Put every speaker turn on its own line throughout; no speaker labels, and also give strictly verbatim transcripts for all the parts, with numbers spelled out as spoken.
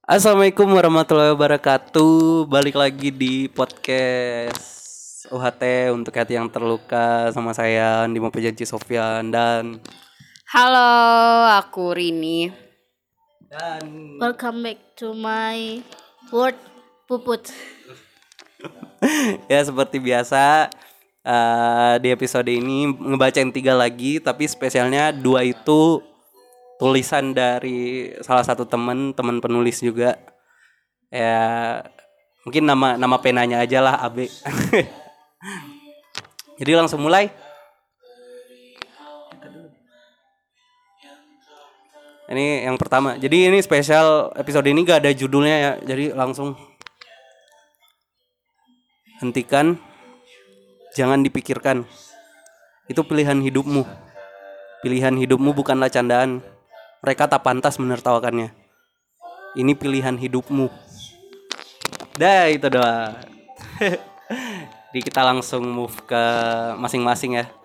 Assalamualaikum warahmatullahi wabarakatuh. Balik lagi di podcast U H T untuk hati yang terluka sama saya Andi Mopejanci Sofyan dan
Halo, aku Rini.
dan
Welcome back to my word puput.
ya seperti biasa eh, di episode ini ngebacain tiga lagi, tapi spesialnya dua itu tulisan dari salah satu teman teman penulis juga. Ya mungkin nama nama penanya aja lah A B. Jadi langsung mulai. Ini yang pertama. Jadi ini spesial episode ini gak ada judulnya ya. Jadi langsung hentikan. Jangan dipikirkan. Itu pilihan hidupmu. Pilihan hidupmu bukanlah candaan. Mereka tak pantas menertawakannya. Ini pilihan hidupmu. Dah itu doang. Jadi kita langsung move ke masing-masing ya.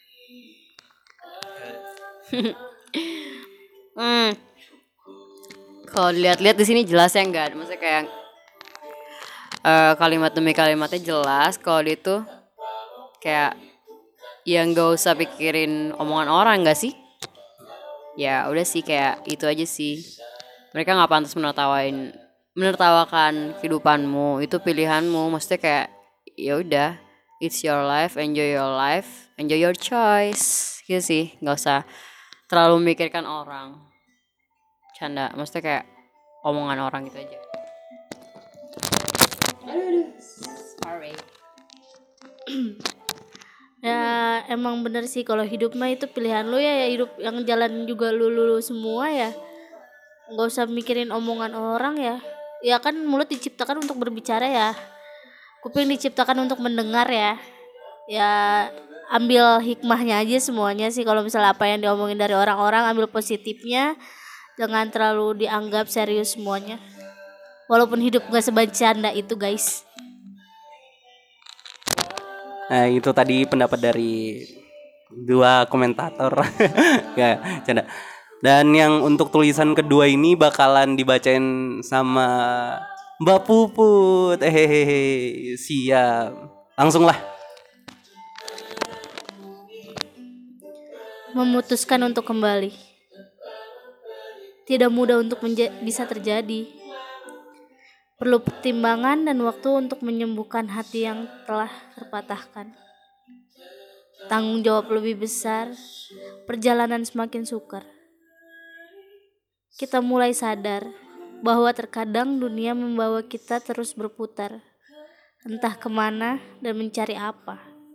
Hmm. Kalau dilihat-lihat di sini jelas ya enggak? Maksudnya kayak uh, kalimat demi kalimatnya jelas. Kalau dia tuh kayak ya nggak usah pikirin omongan orang nggak sih? Ya udah sih kayak itu aja sih. Mereka nggak pantas menertawain menertawakan kehidupanmu. Itu pilihanmu. Maksudnya kayak ya udah, it's your life, enjoy your life, enjoy your choice. Gitu sih, nggak usah terlalu memikirkan orang. Canda, maksudnya kayak omongan orang gitu aja. Sorry.
Ya emang bener sih kalau hidup mah itu pilihan lu ya, ya hidup yang jalan juga lu, lu, lu semua ya. Nggak usah mikirin omongan orang ya. Ya kan mulut diciptakan untuk berbicara ya. Kuping diciptakan untuk mendengar ya. Ya ambil hikmahnya aja semuanya sih, kalau misalnya apa yang diomongin dari orang-orang ambil positifnya. Jangan terlalu dianggap serius semuanya. Walaupun hidup gak sebacanda itu guys.
Nah itu tadi pendapat dari dua komentator. Ya, canda. Dan yang untuk tulisan kedua ini bakalan dibacain sama Mbak Puput. Hehehe, siap. Langsung lah.
Memutuskan untuk kembali tidak mudah untuk menja- bisa terjadi. Perlu pertimbangan dan waktu untuk menyembuhkan hati yang telah terpatahkan. Tanggung jawab lebih besar, perjalanan semakin sukar. Kita mulai sadar bahwa terkadang dunia membawa kita terus berputar, entah kemana dan mencari apa.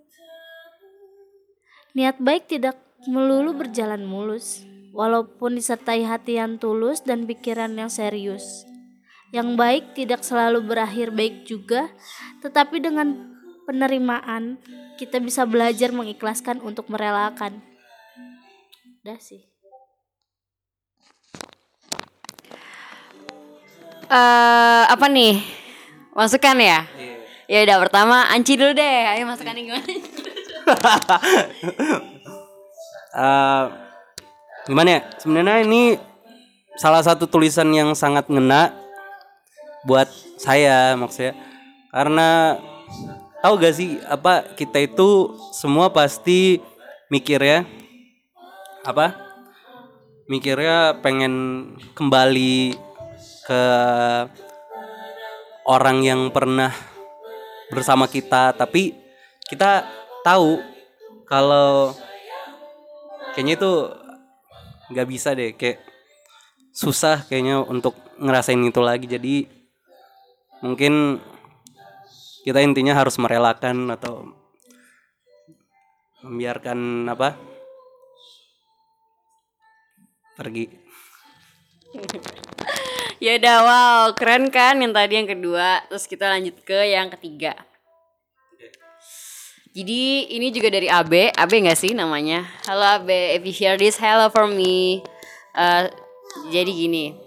Niat baik tidak melulu berjalan mulus, walaupun disertai hati yang tulus dan pikiran yang serius. Yang baik tidak selalu berakhir baik juga, tetapi dengan penerimaan kita bisa belajar mengikhlaskan untuk merelakan. Udah sih.
Eh apa nih? Masukan ya? Ya udah, pertama Anci dulu deh. Ayo masukan gimana?
Eh, gimana ya? Sebenarnya ini salah satu tulisan yang sangat ngena buat saya maksudnya. Karena tahu gak sih apa kita itu semua pasti mikirnya apa? Mikirnya pengen kembali ke orang yang pernah bersama kita, tapi kita tahu kalau kayaknya itu nggak bisa deh, kayak susah kayaknya untuk ngerasain itu lagi. Jadi mungkin kita intinya harus merelakan atau membiarkan apa pergi.
Ya udah, wow, keren kan yang tadi yang kedua. Terus kita lanjut ke yang ketiga. Jadi ini juga dari A B. A B gak sih namanya? Halo A B, if you hear this, hello for me. Uh, jadi gini.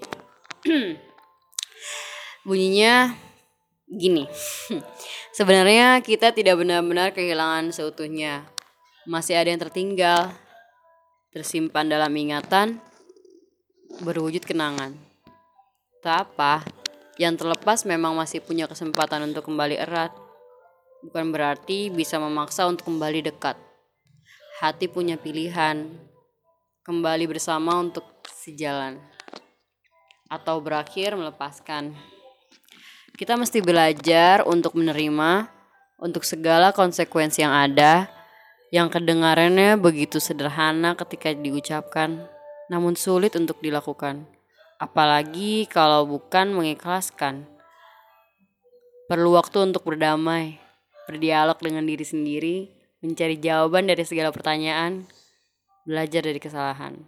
Bunyinya gini. Sebenarnya kita tidak benar-benar kehilangan seutuhnya. Masih ada yang tertinggal, tersimpan dalam ingatan, berwujud kenangan. Tak apa, yang terlepas memang masih punya kesempatan untuk kembali erat. Bukan berarti bisa memaksa untuk kembali dekat. Hati punya pilihan, kembali bersama untuk sejalan, atau berakhir melepaskan. Kita mesti belajar untuk menerima, untuk segala konsekuensi yang ada, yang kedengarannya begitu sederhana ketika diucapkan, namun sulit untuk dilakukan. Apalagi kalau bukan mengikhlaskan. Perlu waktu untuk berdamai, berdialog dengan diri sendiri, mencari jawaban dari segala pertanyaan, belajar dari kesalahan.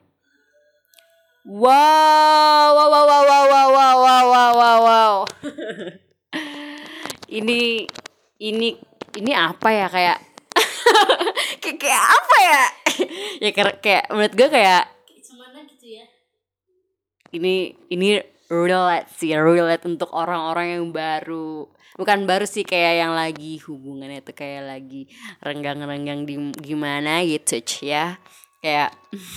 Wow, wow, wow, wow, wow, wow, wow, wow, wow, wow, wow. ini, ini, ini apa ya kayak, kayak, kayak apa ya? Ya kayak, kayak menurut gue kayak
Gimana gitu ya?
ini, ini relate sih, relate untuk orang-orang yang baru. Bukan baru sih, kayak yang lagi hubungannya tuh kayak lagi renggang-renggang di gimana gitu ya. Kayak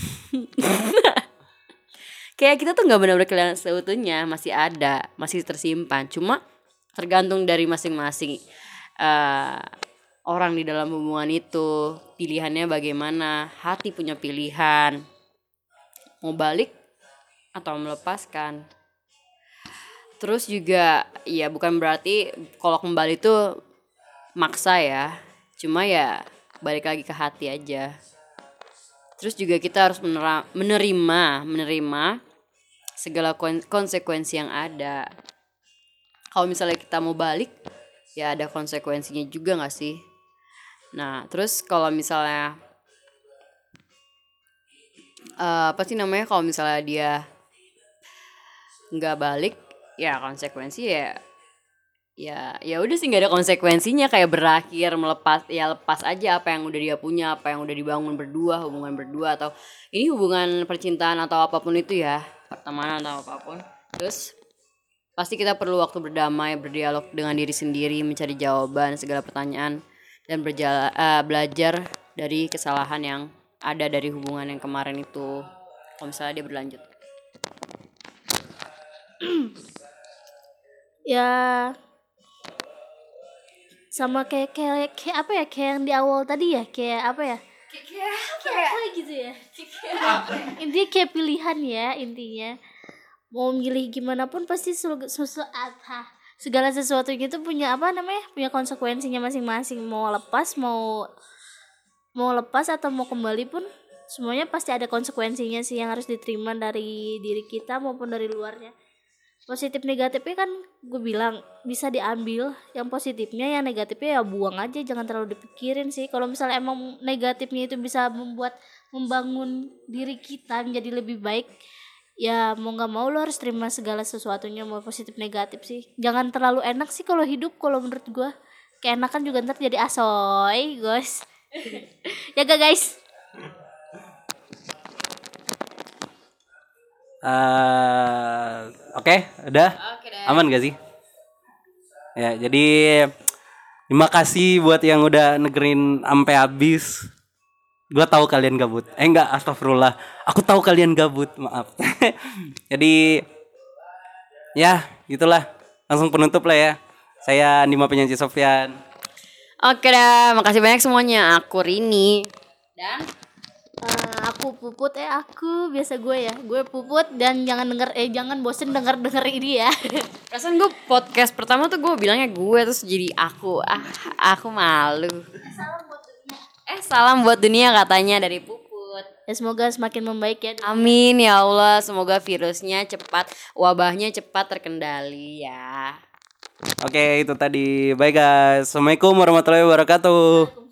kayak kita tuh nggak benar-benar kehilangan seutuhnya, masih ada, masih tersimpan. Cuma tergantung dari masing-masing uh, orang di dalam hubungan itu, pilihannya bagaimana. Hati punya pilihan, mau balik atau melepaskan. Terus juga ya bukan berarti kalau kembali tuh maksa ya. Cuma ya balik lagi ke hati aja. Terus juga kita harus menera- menerima menerima segala kon- konsekuensi yang ada. Kalau misalnya kita mau balik, ya ada konsekuensinya juga gak sih? Nah, terus kalau misalnya uh, apa sih namanya, kalau misalnya dia nggak balik, ya konsekuensi ya ya ya udah sih, nggak ada konsekuensinya, kayak berakhir melepas, ya lepas aja apa yang udah dia punya, apa yang udah dibangun berdua, hubungan berdua, atau ini hubungan percintaan atau apapun itu ya, pertemanan atau apapun. Terus pasti kita perlu waktu berdamai, berdialog dengan diri sendiri, mencari jawaban segala pertanyaan, dan berjala, uh, belajar dari kesalahan yang ada dari hubungan yang kemarin itu, kalau misalnya dia berlanjut.
Ya sama kayak kayak kayak apa ya, kayak yang di awal tadi ya, kayak apa ya,
Kayak
kayak apa gitu ya, intinya kayak pilihan ya. Intinya mau milih gimana pun pasti selu- susu apa segala sesuatu gitu punya apa namanya, punya konsekuensinya masing-masing. Mau lepas, mau mau lepas atau mau kembali pun semuanya pasti ada konsekuensinya sih yang harus diterima dari diri kita maupun dari luarnya. Positif negatifnya kan gue bilang bisa diambil, yang positifnya, yang negatifnya ya buang aja, jangan terlalu dipikirin sih. Kalau misalnya emang negatifnya itu bisa membuat membangun diri kita menjadi lebih baik, ya mau nggak mau lo harus terima segala sesuatunya, mau positif negatif sih. Jangan terlalu enak sih kalau hidup, kalau menurut gue keenakan juga ntar jadi asoy guys. Ya gak guys?
Uh, Oke, okay, udah
Oke deh.
aman gak sih? Ya, jadi terima kasih buat yang udah negerin sampai habis. Gua tahu kalian gabut. Eh enggak, astagfirullah. Aku tahu kalian gabut, maaf. Jadi ya, gitulah. Langsung penutup lah ya. Saya Nima Penyanyi Sofyan.
Oke dah, makasih banyak semuanya. Aku Rini. Dan
Uh, aku Puput, eh aku biasa gue ya, gue Puput, dan jangan denger eh jangan bosen denger denger ini ya.
perasaan gue podcast pertama tuh gue bilangnya gue, terus jadi aku. Ah, aku malu.
Salam buat dunia.
Eh, salam buat dunia katanya dari Puput.
Ya semoga semakin membaik ya.
Amin ya Allah, semoga virusnya cepat, wabahnya cepat terkendali ya.
Oke, itu tadi. Bye guys. Assalamualaikum warahmatullahi wabarakatuh.